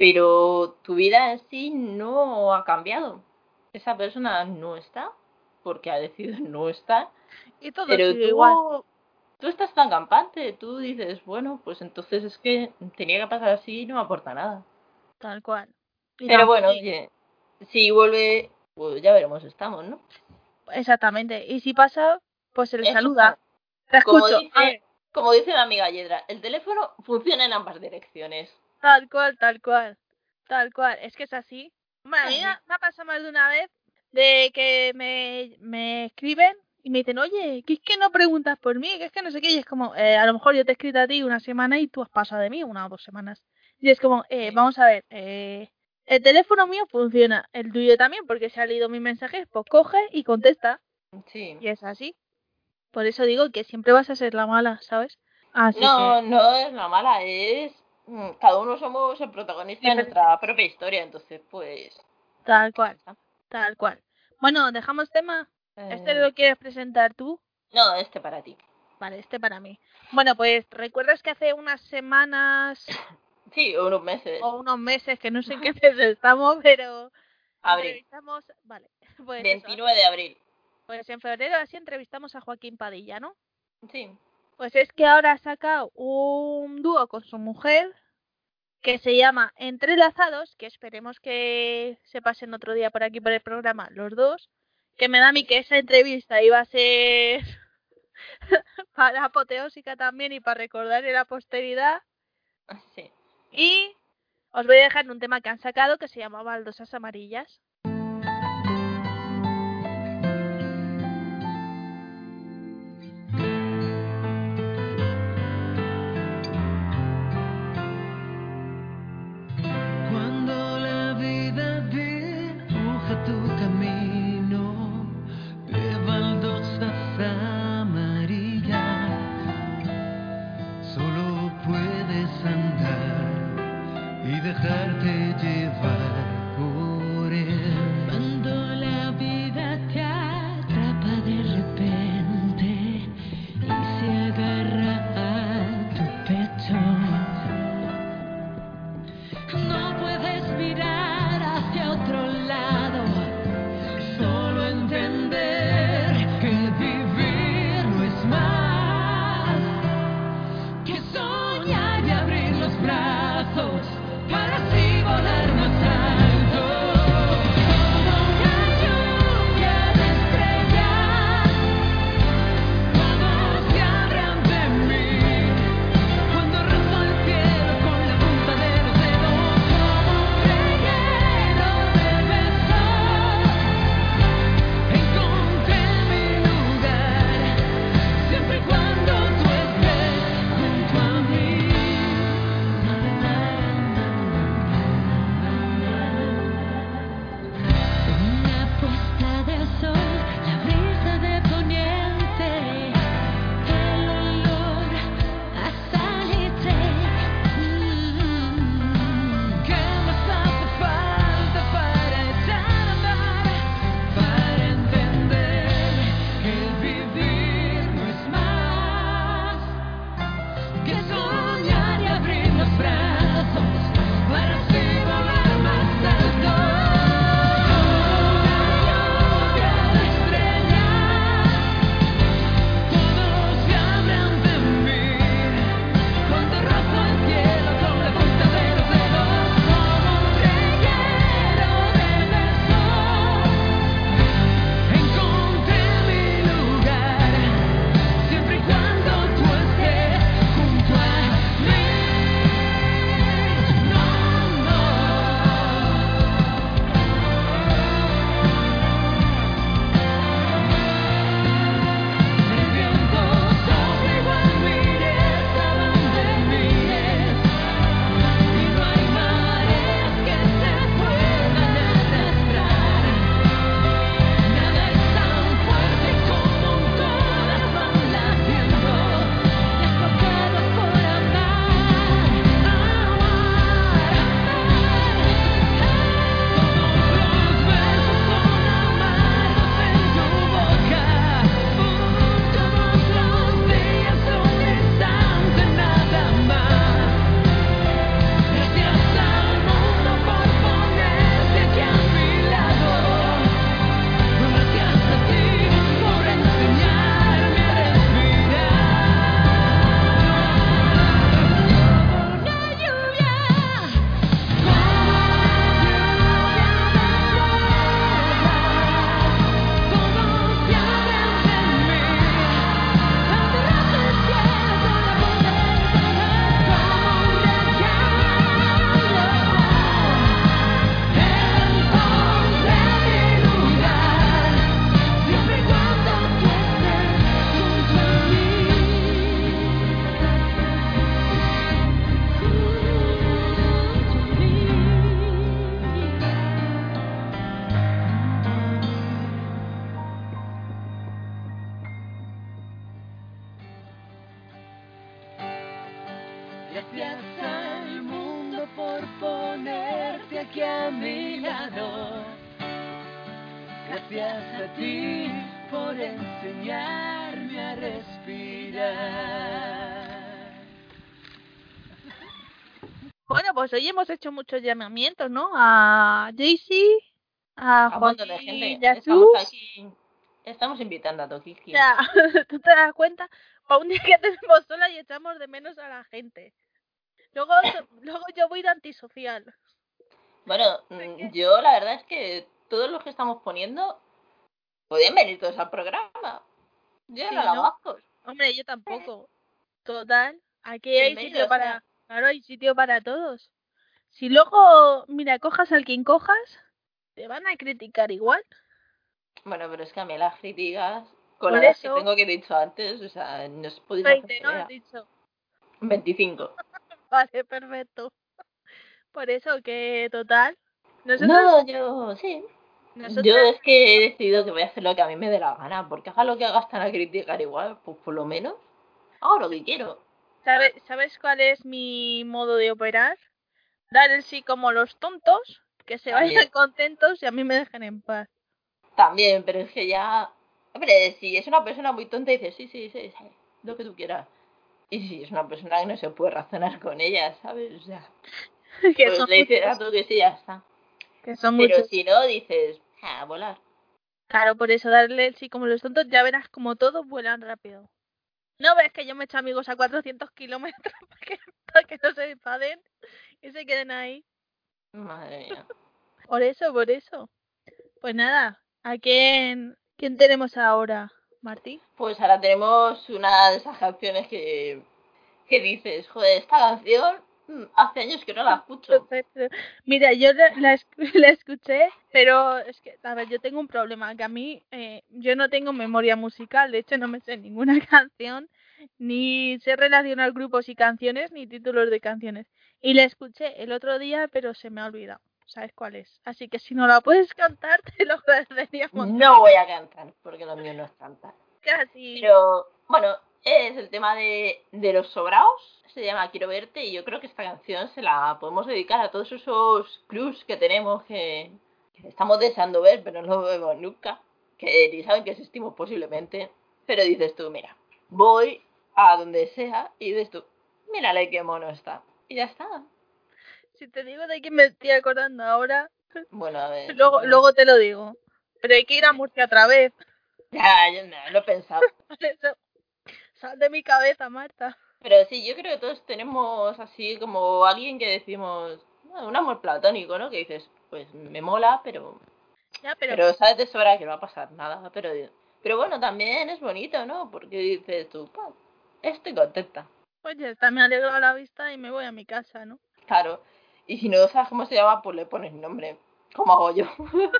Pero tu vida en sí no ha cambiado. Esa persona no está, porque ha decidido no estar. Y todo Pero sigue igual. tú estás tan campante, tú dices, bueno, pues entonces es que tenía que pasar así y no me aporta nada. Tal cual. Y Pero bueno, oye, si vuelve, pues ya veremos, estamos, ¿no? Exactamente. Y si pasa, pues se le Eso saluda. está. Te escucho. Como dice mi amiga Yedra, el teléfono funciona en ambas direcciones. Tal cual, tal cual. Tal cual. Es que es así. Bueno, a mí me ha pasado más de una vez de que me escriben y me dicen, oye, que es que no preguntas por mí, que es que no sé qué. Y es como, a lo mejor yo te he escrito a ti una semana y tú has pasado de mí 1 o 2 semanas. Y es como, vamos a ver, el teléfono mío funciona, el tuyo también, porque si ha leído mis mensajes, pues coge y contesta. Sí. Y es así. Por eso digo que siempre vas a ser la mala, ¿sabes? Así no, que... no es la mala, es... Cada uno somos el protagonista de nuestra propia historia, entonces pues... Tal cual, tal cual. Bueno, ¿dejamos tema? ¿Este lo quieres presentar tú? No, este para ti. Vale, este para mí. Bueno, pues, ¿recuerdas que hace unas semanas... Sí, unos meses. O unos meses, que no sé en qué mes estamos, pero... Abril. Entrevistamos... Vale, pues 29 de abril. Pues en febrero así entrevistamos a Joaquín Padilla, ¿no? Sí. Pues es que ahora ha sacado un dúo con su mujer que se llama Entrelazados, que esperemos que se pasen otro día por aquí por el programa los dos, que me da a mí que esa entrevista iba a ser para apoteósica también y para recordar en la posteridad. Sí. Y os voy a dejar un tema que han sacado que se llama Baldosas Amarillas. Cuando la vida dibuja tu camino, pero Gracias al mundo por ponerte aquí a mi lado. Gracias a ti por enseñarme a respirar. Bueno, pues hoy hemos hecho muchos llamamientos, ¿no? A Jaycee, a A un montón de Joaquín gente. y a Estamos Sus. aquí. Estamos invitando a Tokiki. Ya, ¿tú te das cuenta? Para un día que tenemos sola y echamos de menos a la gente. Luego yo voy de antisocial. Bueno, yo la verdad es que todos los que estamos poniendo podían venir todos al programa. Yo Sí, no lo ¿no? hago. Hombre, yo tampoco. Total, aquí hay Bienvenido, sitio o sea. para... Claro, hay sitio para todos. Si luego, mira, cojas al quien cojas, te van a criticar igual. Bueno, pero es que a mí las críticas con Por las que eso, tengo que he dicho antes, o sea, no se podéis 20, hacer ¿no? Has idea. dicho. 25. Vale, perfecto. Por eso que, total, nosotros... No, yo sí. nosotros Yo es que he decidido que voy a hacer lo que a mí me dé la gana, porque haga lo que haga están a criticar igual, pues por lo menos hago lo que quiero. ¿Sabes cuál es mi modo de operar? Dar el sí como los tontos, que se También. vayan contentos y a mí me dejen en paz. También, pero es que ya... Hombre, si es una persona muy tonta, dices, sí, lo que tú quieras. Y si es una persona que no se puede razonar con ella, ¿sabes? O sea, Que pues son le dices a muchos. tú que sí, ya está. Que son Pero muchos. si no, dices, a volar. Claro, por eso darle el sí como los tontos, ya verás como todos vuelan rápido. ¿No ves que yo me echo amigos a 400 kilómetros para que no se enfaden y se queden ahí? Madre mía. Por eso. Pues nada, ¿a quién tenemos ahora, Martí? Pues ahora tenemos una de esas canciones que dices, joder, esta canción hace años que no la escucho. Mira, yo la escuché, pero es que, a ver, yo tengo un problema, que a mí, yo no tengo memoria musical, de hecho no me sé ninguna canción, ni sé relacionar grupos y canciones, ni títulos de canciones. Y la escuché el otro día, pero se me ha olvidado. ¿Sabes cuál es? Así que si no la puedes cantar, te lo agradeceríamos. No voy a cantar, porque lo mío no es cantar. Casi. Pero, bueno, es el tema de los sobraos. Se llama Quiero verte y yo creo que esta canción se la podemos dedicar a todos esos clubs que tenemos que estamos deseando ver, pero no lo vemos nunca. Que ni saben que existimos posiblemente. Pero dices tú, mira, voy a donde sea y dices tú, mírale qué mono está. Y ya está. Si te digo de quién me estoy acordando ahora, Bueno, a ver. luego te lo digo. Pero hay que ir a Murcia otra vez. Ya, yo no lo he pensado. Por eso, sal de mi cabeza, Marta. Pero sí, yo creo que todos tenemos así como alguien que decimos, un amor platónico, ¿no? Que dices, pues me mola, pero Ya, pero sabes de sobra que no va a pasar nada. Pero bueno, también es bonito, ¿no? Porque dices tú, "Pa, estoy contenta". pues ya está, me alegro la vista y me voy a mi casa, ¿no? Claro. Y si no sabes cómo se llama, pues le pones nombre. ¿Cómo hago yo?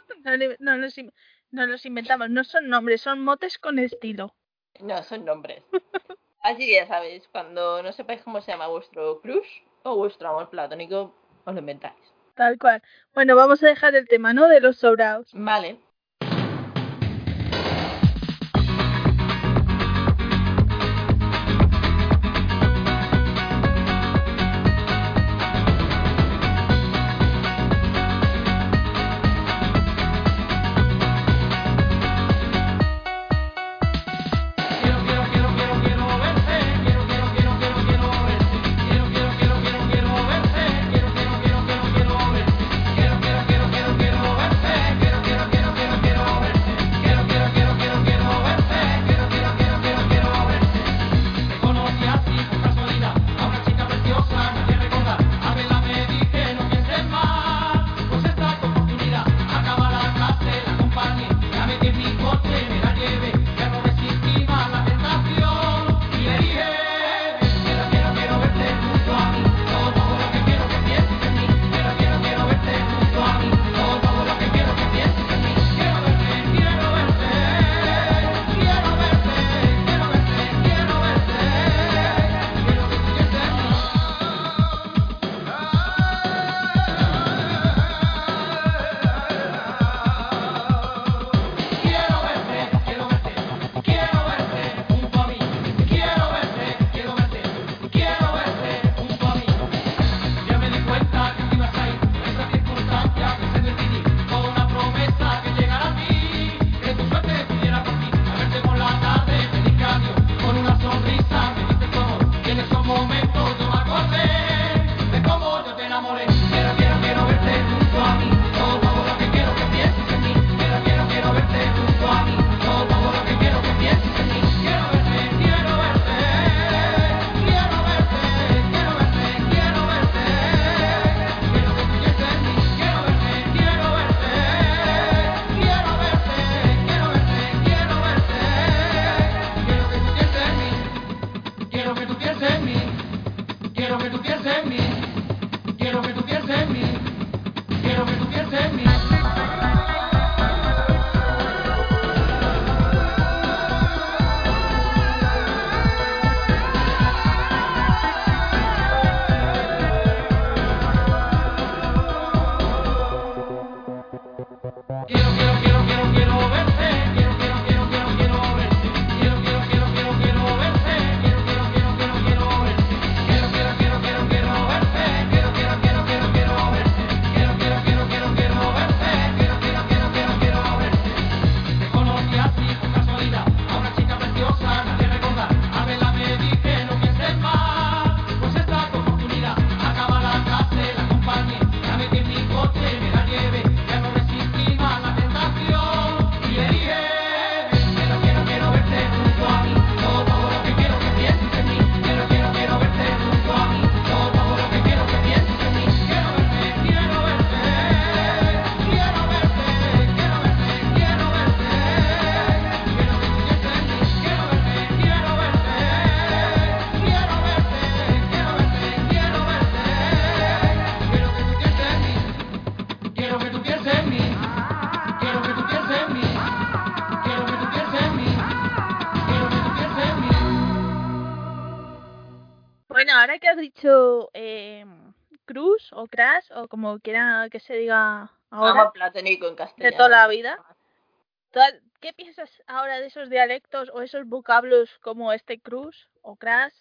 No los inventamos, no son nombres, son motes con estilo. No, son nombres. Así que ya sabéis, cuando no sepáis cómo se llama vuestro crush o vuestro amor platónico, os lo inventáis. Tal cual. Bueno, vamos a dejar el tema, ¿no? De los sobraos. Vale. Quiero verte, Bueno, ahora que has dicho Cruz o Crash o como quiera que se diga ahora, Amor platónico en castellano. de toda la vida, ¿qué piensas ahora de esos dialectos o esos vocablos como este Cruz o Crash?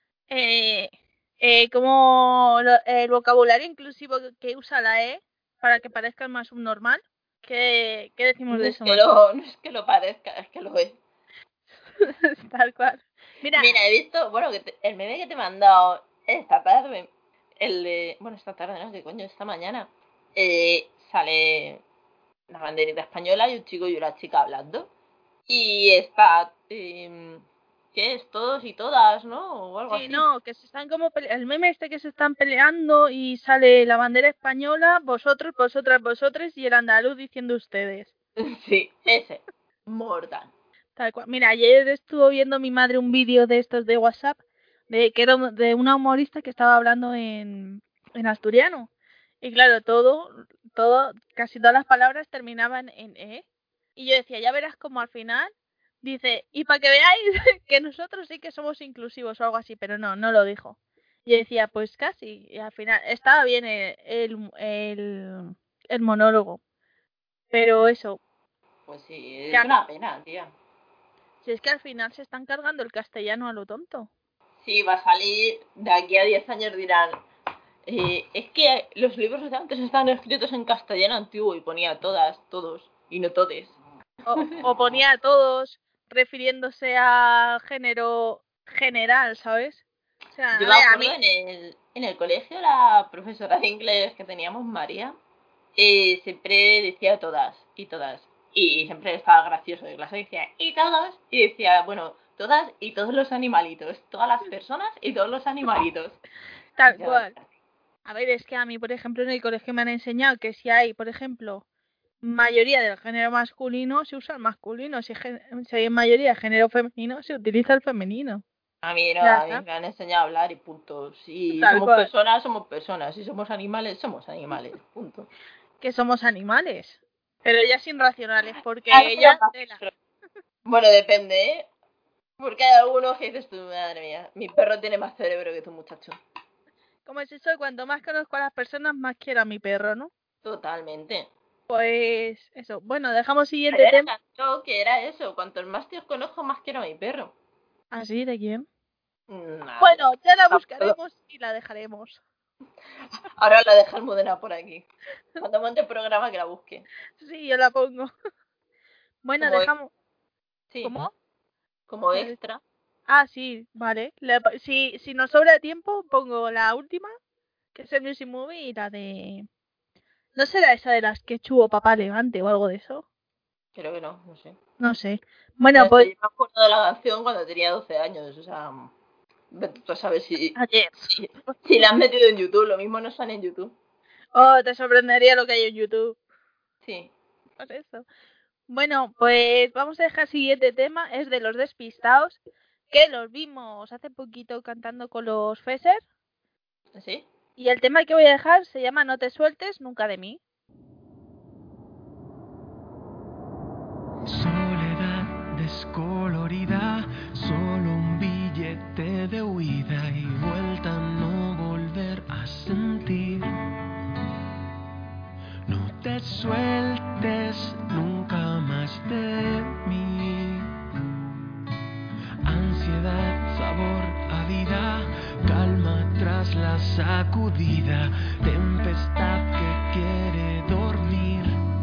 Como el vocabulario inclusivo que usa la E para que parezca más subnormal. ¿Qué decimos No de es eso, que Marco? no es que lo parezca, es que lo es. Tal cual. Mira, He visto, bueno, el meme que te he mandado esta tarde, el de, bueno, esta tarde, ¿no? ¿Qué coño? Esta mañana, sale la banderita española y un chico y una chica hablando. Y está, ¿qué es? Todos y todas, ¿no? O algo sí, así. no, que se están como el meme este que se están peleando y sale la bandera española, vosotros, vosotras, vosotres y el andaluz diciendo ustedes. Sí, ese. Mortal. Tal cual. Mira, ayer estuvo viendo mi madre un vídeo de estos de WhatsApp que era de una humorista que estaba hablando en asturiano. Y claro, casi todas las palabras terminaban en E. Y yo decía, ya verás como al final dice, y para que veáis que nosotros sí que somos inclusivos o algo así, pero no lo dijo. Y yo decía, pues casi. Y al final estaba bien el monólogo. Pero eso, Pues sí, es ya, una pena, tía. si es que al final se están cargando el castellano a lo tonto. Sí, va a salir, de aquí a 10 años dirán, es que los libros de antes estaban escritos en castellano antiguo y ponía todas, todos, y no todes. O ponía a todos refiriéndose a género general, ¿sabes? O sea, Yo a me ver, a acuerdo mí... en el colegio, la profesora de inglés que teníamos, María, siempre decía todas, y todas. Y siempre estaba gracioso de clase, decía, y todos, y decía, bueno, todas y todos los animalitos, todas las personas y todos los animalitos. Tal Ya, cual. A ver, es que a mí, por ejemplo, en el colegio me han enseñado que si hay, por ejemplo, mayoría del género masculino, se usa el masculino. Si hay mayoría de género femenino, se utiliza el femenino. A mí no, Ya a mí está. me han enseñado a hablar y punto. Si Tal somos cual. personas, somos personas. Si somos animales, somos animales. Punto. Que somos animales. Pero ya sin racionales, porque Pero ya... más- Bueno, depende, ¿eh? Porque hay algunos que dices tú, madre mía, mi perro tiene más cerebro que tu muchacho. Como es eso, cuanto más conozco a las personas, más quiero a mi perro, ¿no? Totalmente. Pues eso. Bueno, dejamos siguiente Ayer tema. cantó que era eso, cuantos más tíos conozco, más quiero a mi perro. ¿Así? ¿De quién? Nada, Bueno, ya la no puedo. buscaremos y la dejaremos. Ahora la deja Almudena por aquí. Cuando monte el programa que la busque. Sí, yo la pongo. Bueno, Como, dejamos... sí, ¿Cómo? como extra. Ah, sí, vale. Si nos sobra tiempo, pongo la última, que es el Music Movie, y la de... ¿No será esa de las que chuvo papá levante o algo de eso? Creo que no, no sé. No sé. Bueno, pues... Yo me acuerdo de la canción cuando tenía 12 años, o sea, tú sabes Ayer. si la han metido en YouTube, lo mismo no sale en YouTube. Oh, te sorprendería lo que hay en YouTube. Sí. Pues eso. Bueno, pues vamos a dejar el siguiente tema, es de los despistados, que los vimos hace poquito cantando con los Feser. ¿Sí? Y el tema que voy a dejar se llama No te sueltes nunca de mí. Soledad descolorida, solo un billete de huida y vuelta a no volver a sentir. No te sueltes nunca sacudida, tempestad que quiere dormir.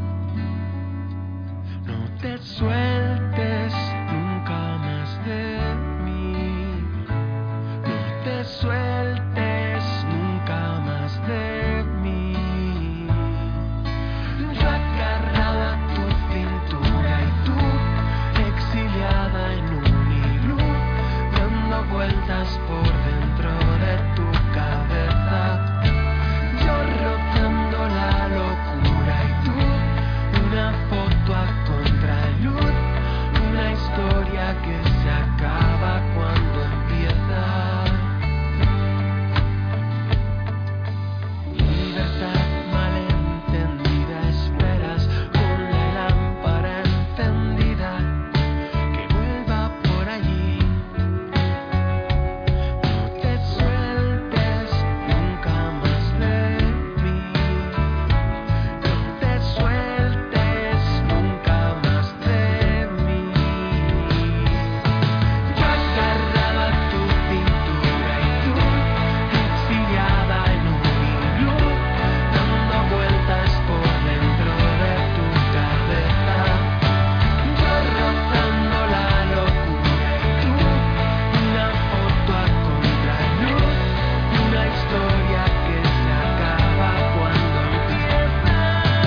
No te sueltes nunca más de mí. No te sueltes nunca más de mí. Yo agarrado a tu cintura y tú exiliada en un iglú, dando vueltas por dentro de tu cabeza. Yo rozando la locura y tú una foto a contraluz, una historia que se acaba cuando empieza. Libertad malentendida, esperas con la lámpara encendida que vuelva por allí. No te sueltes nunca más de mí. No te sueltes nunca más de mí. Yo agarraba tu cintura y tú exiliada en un iglú, dando vueltas por dentro de tu cabeza. Yo rozando la locura y tú una foto a contraluz, una historia que se acaba cuando empieza.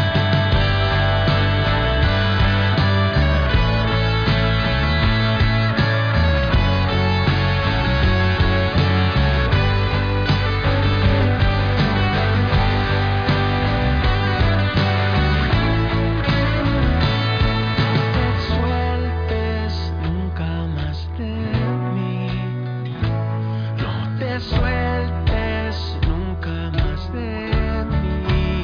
No te sueltes nunca más de mí. No te sueltes nunca más de mí.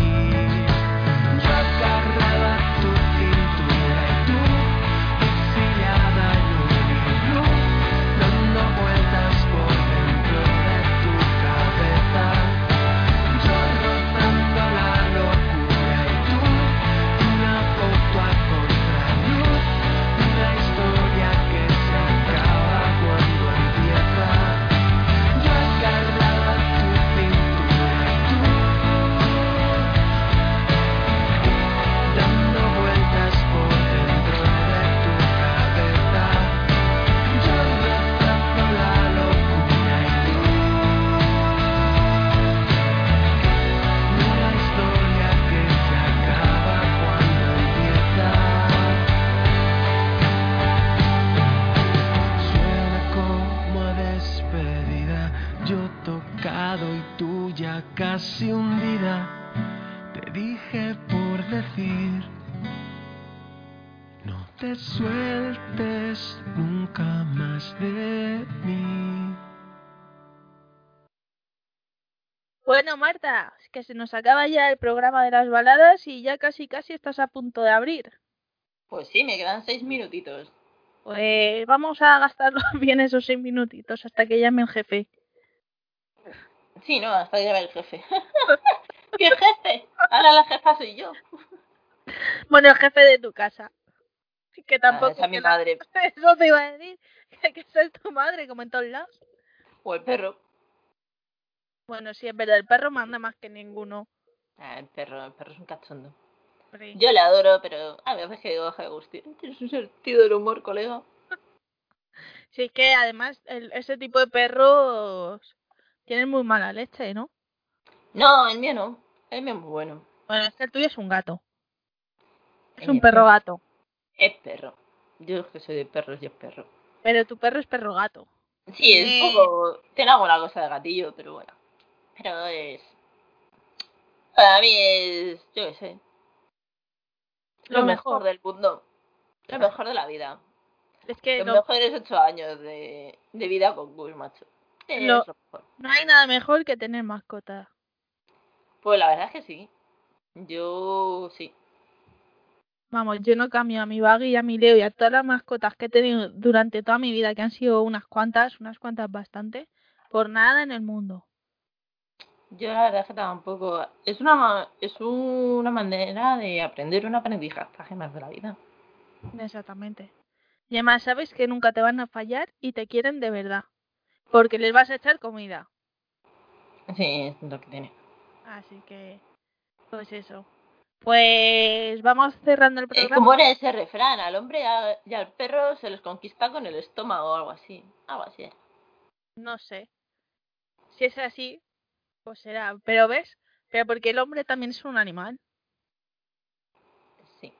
Yo agarraba tu cintura y tú exiliada en un iglú, dando vueltas por dentro de tu cabeza. Yo rozando la locura y tú una foto a contraluz, una historia que se acaba cuando empieza. Yo agarraba tu cintura y tú dando vueltas por dentro de tu cabeza. Yo rozando la locura y tú una historia que se acaba cuando empieza. Suena como a despedida, yo tocado y tú ya casi hundida. Te dije por decir, no te sueltes nunca más de mí. Bueno, Marta, es que se nos acaba ya el programa de las baladas y ya casi estás a punto de abrir. Pues sí, me quedan 6 minutitos. Pues vamos a gastarlos bien esos 6 minutitos hasta que llame el jefe. Sí, no, hasta que lleve el jefe. ¿Qué jefe? Ahora la jefa soy yo. Bueno, el jefe de tu casa. Que tampoco Esa es mi que la- madre. Eso te iba a decir. Que esa es tu madre, como en todos lados. O el perro. Bueno, sí, es verdad, el perro manda más que ninguno. El perro es un cachondo. Hombre. Yo le adoro, pero a veces que digo, Agustín, tienes un sentido del humor, colega. Sí, es que además ese tipo de perros tienen muy mala leche, ¿no? No, el mío no. El mío es muy bueno. Bueno, es que el tuyo es un gato. Es El un mío perro gato. es perro. Yo es que soy de perros y es perro. Pero tu perro es perro gato. Sí, es un poco... Tiene alguna cosa de gatillo, pero bueno. Pero es... Para mí es... Yo qué sé. Lo mejor del mundo. Lo mejor de la vida. Es que Los mejores 8 años de vida con Gus, macho. Es lo mejor. No hay nada mejor que tener mascotas. Pues la verdad es que sí. Yo sí. Vamos, yo no cambio a mi Baggy y a mi Leo y a todas las mascotas que he tenido durante toda mi vida, que han sido unas cuantas bastante, por nada en el mundo. Yo la verdad es que tampoco... Es una manera de aprender un aprendizaje más de la vida. Exactamente. Y además sabes que nunca te van a fallar y te quieren de verdad. Porque les vas a echar comida. Sí, es lo que tiene. Así que, pues eso. Pues vamos cerrando el programa. ¿Cómo era ese refrán? Al hombre y al perro se los conquista con el estómago o algo así. Algo así era. No sé. Si es así, pues será. Pero ¿ves? Pero porque el hombre también es un animal. Sí.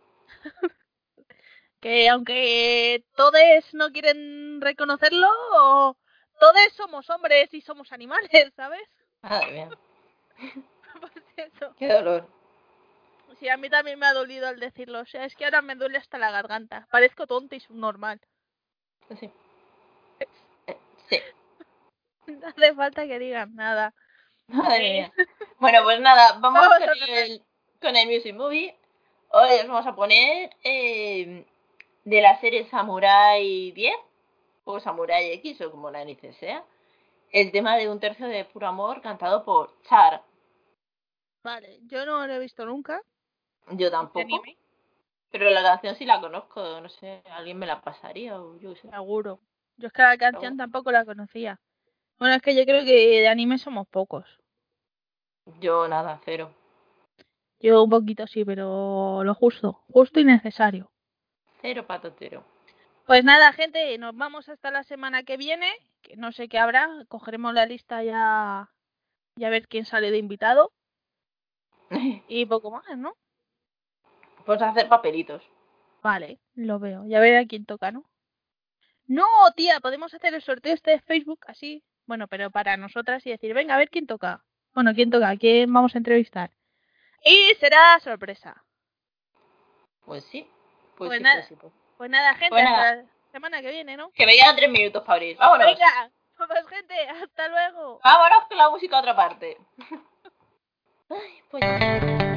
Que aunque todos no quieren reconocerlo, todos somos hombres y somos animales, ¿sabes? Madre mía. Pues eso. Qué dolor. Sí, a mí también me ha dolido al decirlo. O sea, es que ahora me duele hasta la garganta. Parezco tonta y subnormal. Sí. Sí. No hace falta que digan nada. Madre mía. Bueno, pues nada, vamos Vamos con a cerrar. con el Music Movie. Hoy os vamos a poner de la serie Samurai 10 o Samurai X o como la narices sea, el tema de Un tercio de puro amor cantado por Char. Vale, yo no lo he visto nunca. Yo Este tampoco, anime, pero la canción sí la conozco, no sé, alguien me la pasaría o yo qué sé. seguro. Yo es que la canción tampoco la conocía. Bueno, es que yo creo que de anime somos pocos. Yo nada, cero. Yo un poquito sí, pero lo justo. Justo y necesario. Cero patatero. Pues nada, gente, nos vamos hasta la semana que viene. Que no sé qué habrá. Cogeremos la lista ya y a ver quién sale de invitado. Y poco más, ¿no? Pues hacer papelitos. Vale, lo veo. Ya ver a quién toca, ¿no? No, tía, podemos hacer el sorteo este de Facebook así. Bueno, pero para nosotras y decir, venga, a ver quién toca. Bueno, quién toca, quién vamos a entrevistar. Y será sorpresa. Pues sí. Pues Pues nada, sí. pues nada, gente, Pues nada, hasta la semana que viene, ¿no? que me quedan 3 minutos para abrir. Vámonos. Venga, pues gente, hasta luego. Vámonos con la música a otra parte. Ay, pues...